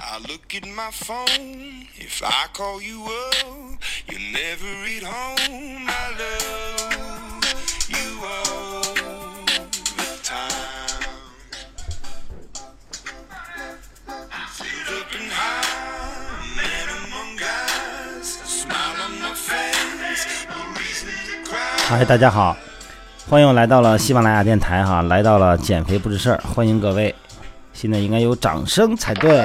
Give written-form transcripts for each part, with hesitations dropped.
I look at my phone. If I call you up, you never read home. I love you all the time. Filled up and high, man among guys. A smile on my face, no reason to cry. 嗨，大家好，欢迎来到了喜马拉雅电台哈，来到了减肥不是事儿，欢迎各位。现在应该有掌声才对。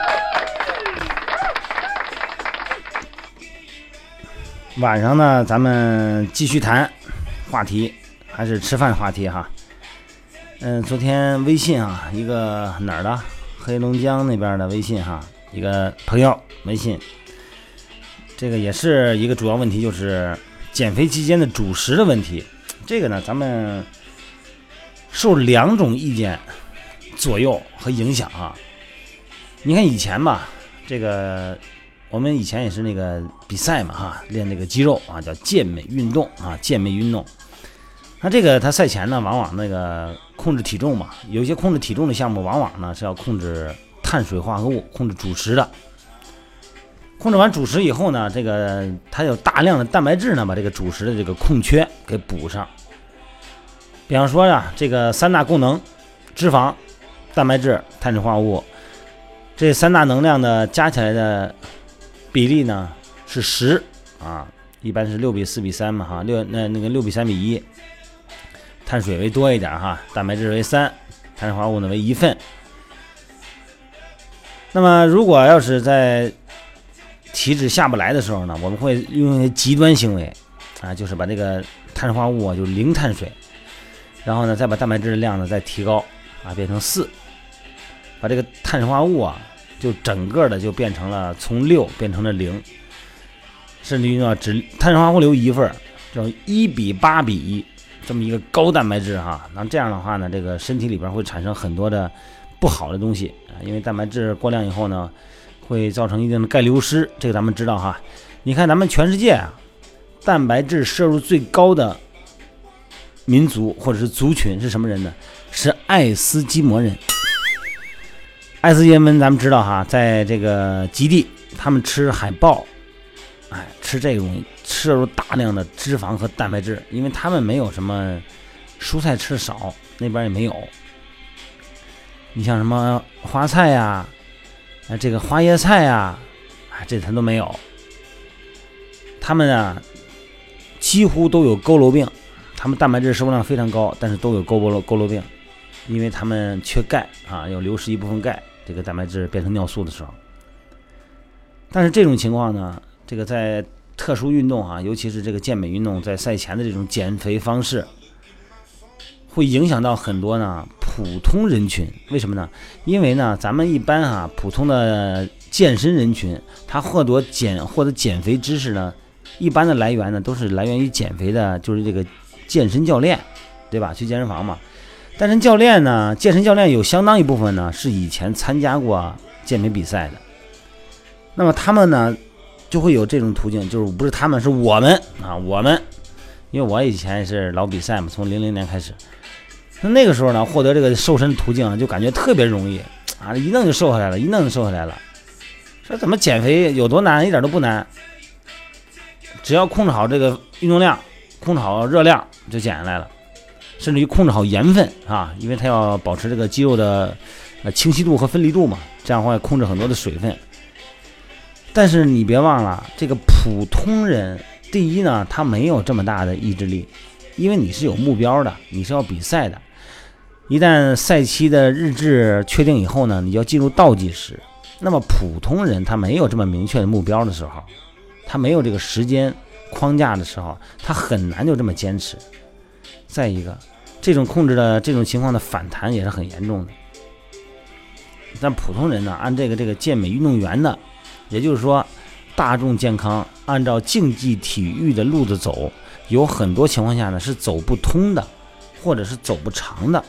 晚上呢，咱们继续谈话题，还是吃饭话题哈。昨天微信啊，一个哪儿的黑龙江那边的微信哈，一个朋友微信，这个也是一个主要问题，就是减肥期间的主食的问题。这个呢，咱们受两种意见左右和影响啊。你看以前吧，这个我们以前也是那个比赛嘛哈，练这个肌肉啊，叫健美运动啊，健美运动。那这个他赛前呢，往往那个控制体重嘛，有一些控制体重的项目，往往呢是要控制碳水化合物，控制主食的。控制完主食以后呢，这个它有大量的蛋白质呢，把这个主食的这个空缺给补上。比方说呀，这个三大功能，脂肪、蛋白质、碳水化合物，这三大能量的加起来的比例呢是10啊，一般是6比4比3嘛哈，那个6比3比1，碳水为多一点哈，蛋白质为3，碳水化合物呢为1份。那么如果要是在体脂下不来的时候呢，我们会用一些极端行为啊，就是把这个碳水化合物啊就零碳水，然后呢再把蛋白质的量呢再提高啊，变成4，把这个碳水化合物啊就整个的就变成了从6变成了0，甚至于呢只碳水化合物留1份，就1比8比1这么一个高蛋白质哈。那这样的话呢，这个身体里边会产生很多的不好的东西啊，因为蛋白质过量以后呢会造成一定的钙流失，这个咱们知道哈。你看咱们全世界啊，蛋白质摄入最高的民族或者是族群是什么人呢？是爱斯基摩人。爱斯基摩人咱们知道哈，在这个极地他们吃海豹，吃这个东西摄入大量的脂肪和蛋白质，因为他们没有什么蔬菜吃的少，那边也没有。你像什么花菜呀，这个花椰菜呀，这他都没有。他们啊几乎都有佝偻病，他们蛋白质摄入量非常高，但是都有佝偻病，因为他们缺钙啊，要流失一部分钙，这个蛋白质变成尿素的时候。但是这种情况呢，这个在特殊运动啊，尤其是这个健美运动，在赛前的这种减肥方式，会影响到很多呢普通人群。为什么呢？因为呢咱们一般啊普通的健身人群，他获得减肥知识呢，一般的来源呢都是来源于减肥的，就是这个健身教练，对吧？去健身房嘛。但是健身教练有相当一部分呢是以前参加过健美比赛的，那么他们呢就会有这种途径，就是不是他们，是我们，因为我以前是老比赛嘛，从00年开始。那个时候呢，获得这个瘦身途径就感觉特别容易啊，一弄就瘦下来了，说怎么减肥有多难？一点都不难，只要控制好这个运动量，控制好热量就减下来了，甚至于控制好盐分啊，因为它要保持这个肌肉的清晰度和分离度嘛，这样的话控制很多的水分。但是你别忘了，这个普通人，第一呢，他没有这么大的意志力，因为你是有目标的，你是要比赛的。一旦赛期的日志确定以后呢，你要进入倒计时。那么普通人他没有这么明确的目标的时候，他没有这个时间框架的时候，他很难就这么坚持。再一个，这种控制的这种情况的反弹也是很严重的。但普通人呢，按这个健美运动员的，也就是说大众健康，按照竞技体育的路子走，有很多情况下呢是走不通的，或者是走不长的。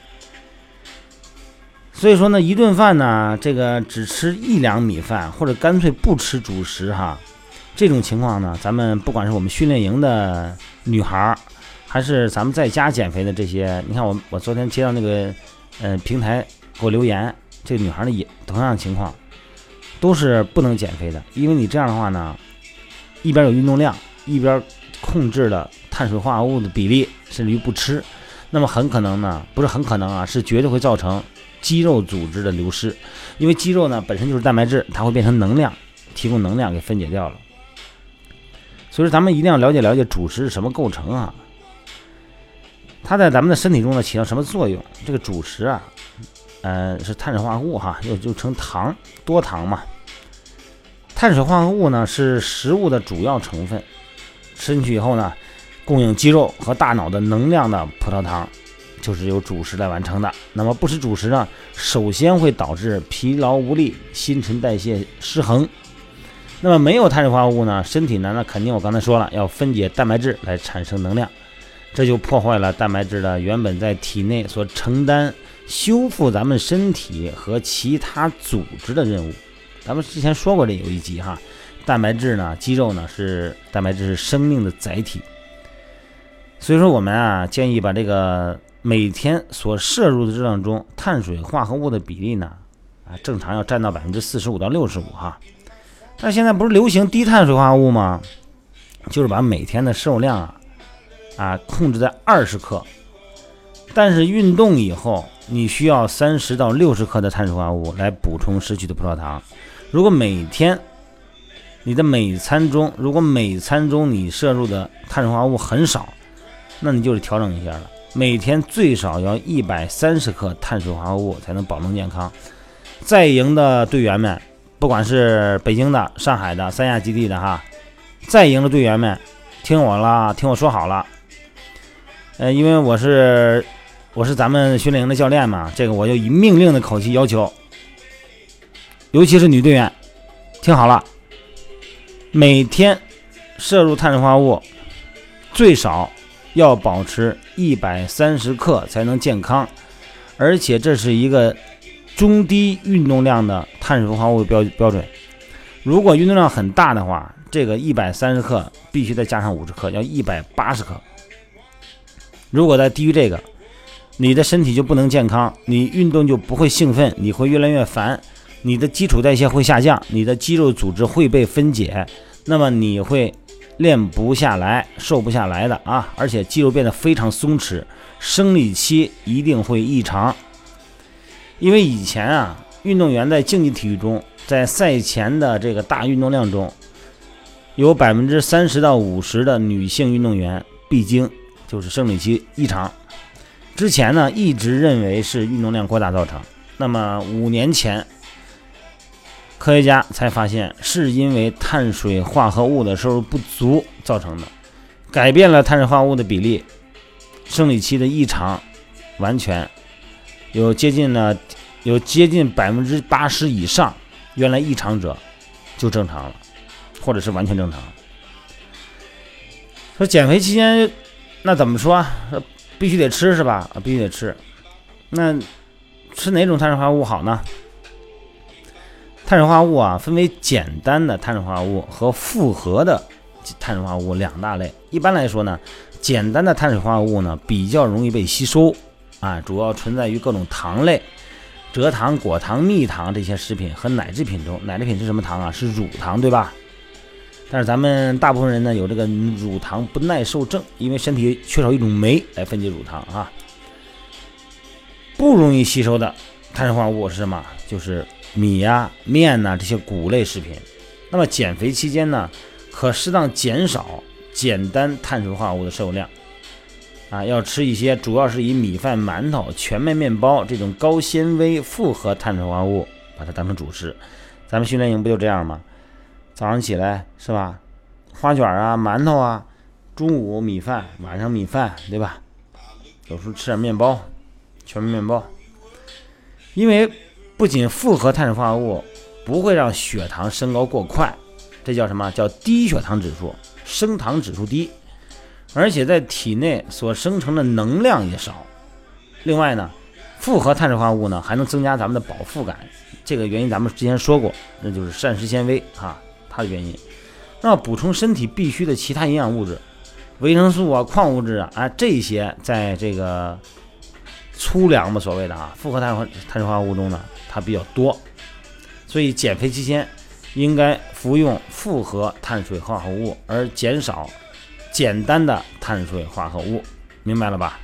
所以说呢，一顿饭呢，这个只吃1两米饭，或者干脆不吃主食哈，这种情况呢，咱们不管是我们训练营的女孩，还是咱们在家减肥的这些，你看我昨天接到那个平台给我留言，这个女孩呢也同样的情况， 都是不能减肥的，因为你这样的话呢，一边有运动量，一边控制了碳水化合物的比例，甚至于不吃，那么很可能呢，不是很可能啊，是绝对会造成肌肉组织的流失，因为肌肉呢本身就是蛋白质，它会变成能量，提供能量给分解掉了。所以说咱们一定要了解主食是什么构成啊，它在咱们的身体中呢起到什么作用。这个主食啊是碳水化合物哈，又称糖，多糖嘛。碳水化合物呢是食物的主要成分，吃进去以后呢，供应肌肉和大脑的能量的葡萄糖就是由主食来完成的。那么不吃主食呢，首先会导致疲劳无力、新陈代谢失衡。那么没有碳水化合物呢，身体呢那肯定我刚才说了，要分解蛋白质来产生能量，这就破坏了蛋白质的原本在体内所承担修复咱们身体和其他组织的任务。咱们之前说过这有一集哈，蛋白质呢，肌肉呢是蛋白质是生命的载体。所以说我们啊建议把这个每天所摄入的热量中碳水化合物的比例呢正常要占到45%到65%哈。但现在不是流行低碳水化合物吗？就是把每天的摄入量控制在20克，但是运动以后你需要30到60克的碳水化合物来补充失去的葡萄糖。如果每天你的每餐中你摄入的碳水化合物很少，那你就是调整一下了，每天最少要130克碳水化合物才能保证健康。在营的队员们，不管是北京的、上海的、三亚基地的哈，在营的队员们听我说好了，因为我是咱们训练营的教练嘛，这个我就以命令的口气要求，尤其是女队员，听好了，每天摄入碳水化合物最少要保持130克才能健康，而且这是一个中低运动量的碳水化合物标准。如果运动量很大的话，这个130克必须再加上50克，要180克。如果再低于这个，你的身体就不能健康，你运动就不会兴奋，你会越来越烦，你的基础代谢会下降，你的肌肉组织会被分解，那么你会练不下来，瘦不下来的啊！而且肌肉变得非常松弛，生理期一定会异常。因为以前运动员在竞技体育中，在赛前的这个大运动量中，有30%到50%的女性运动员必经就是生理期异常。之前呢一直认为是运动量过大造成，那么5年前科学家才发现是因为碳水化合物的摄入不足造成的，改变了碳水化合物的比例，生理期的异常完全有接近80%以上，原来异常者就正常了，或者是完全正常。说减肥期间那怎么说必须得吃是吧？必须得吃。那吃哪种碳水化合物好呢？碳水化合物分为简单的碳水化合物和复合的碳水化合物两大类。一般来说呢，简单的碳水化合物呢比较容易被吸收主要存在于各种糖类、蔗糖、果糖、蜜糖这些食品和奶制品中。奶制品是什么糖是乳糖对吧？但是咱们大部分人呢有这个乳糖不耐受症，因为身体缺少一种酶来分解乳糖不容易吸收的碳水化合物是什么？就是米面这些谷类食品。那么减肥期间呢，可适当减少简单碳水化合物的摄入量要吃一些主要是以米饭、馒头、全麦面包这种高纤维复合碳水化合物把它当成主食。咱们训练营不就这样吗？早上起来是吧，花卷馒头中午米饭，晚上米饭对吧？有时候吃点面包，全麦面包。因为不仅复合碳水化合物不会让血糖升高过快，这叫什么？叫低血糖指数，升糖指数低，而且在体内所生成的能量也少。另外呢，复合碳水化合物呢还能增加咱们的饱腹感，这个原因咱们之前说过，那就是膳食纤维它的原因。那么补充身体必须的其他营养物质，维生素矿物质这些在这个粗粮所谓的复合碳水化合物中呢它比较多，所所以减肥期间应该服用复合碳水化合物，而减少简单的碳水化合物，明白了吧？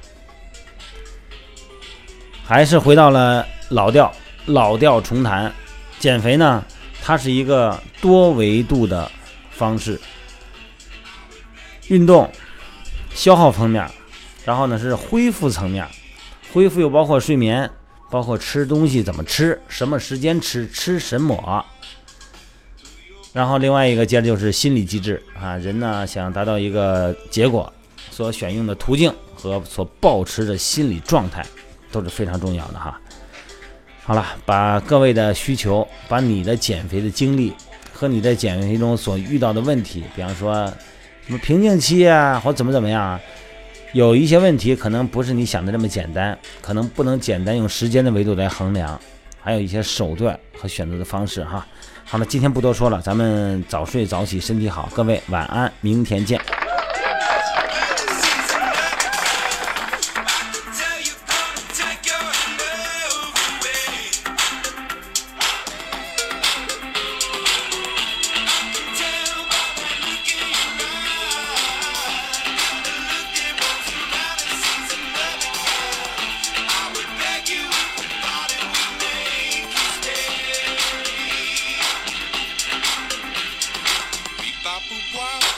还是回到了老调重弹。减肥呢，它是一个多维度的方式，运动消耗层面，然后呢是恢复层面，恢复又包括睡眠，包括吃东西怎么吃，什么时间吃，吃什么。然后另外一个接着就是心理机制啊，人呢想达到一个结果，所选用的途径和所保持的心理状态都是非常重要的哈。好了，把各位的需求，把你的减肥的经历和你在减肥中所遇到的问题，比方说什么瓶颈期啊，或怎么样啊，有一些问题可能不是你想的这么简单，可能不能简单用时间的维度来衡量，还有一些手段和选择的方式哈。好了，今天不多说了，咱们早睡早起，身体好，各位晚安，明天见。 Bop, boop, wow.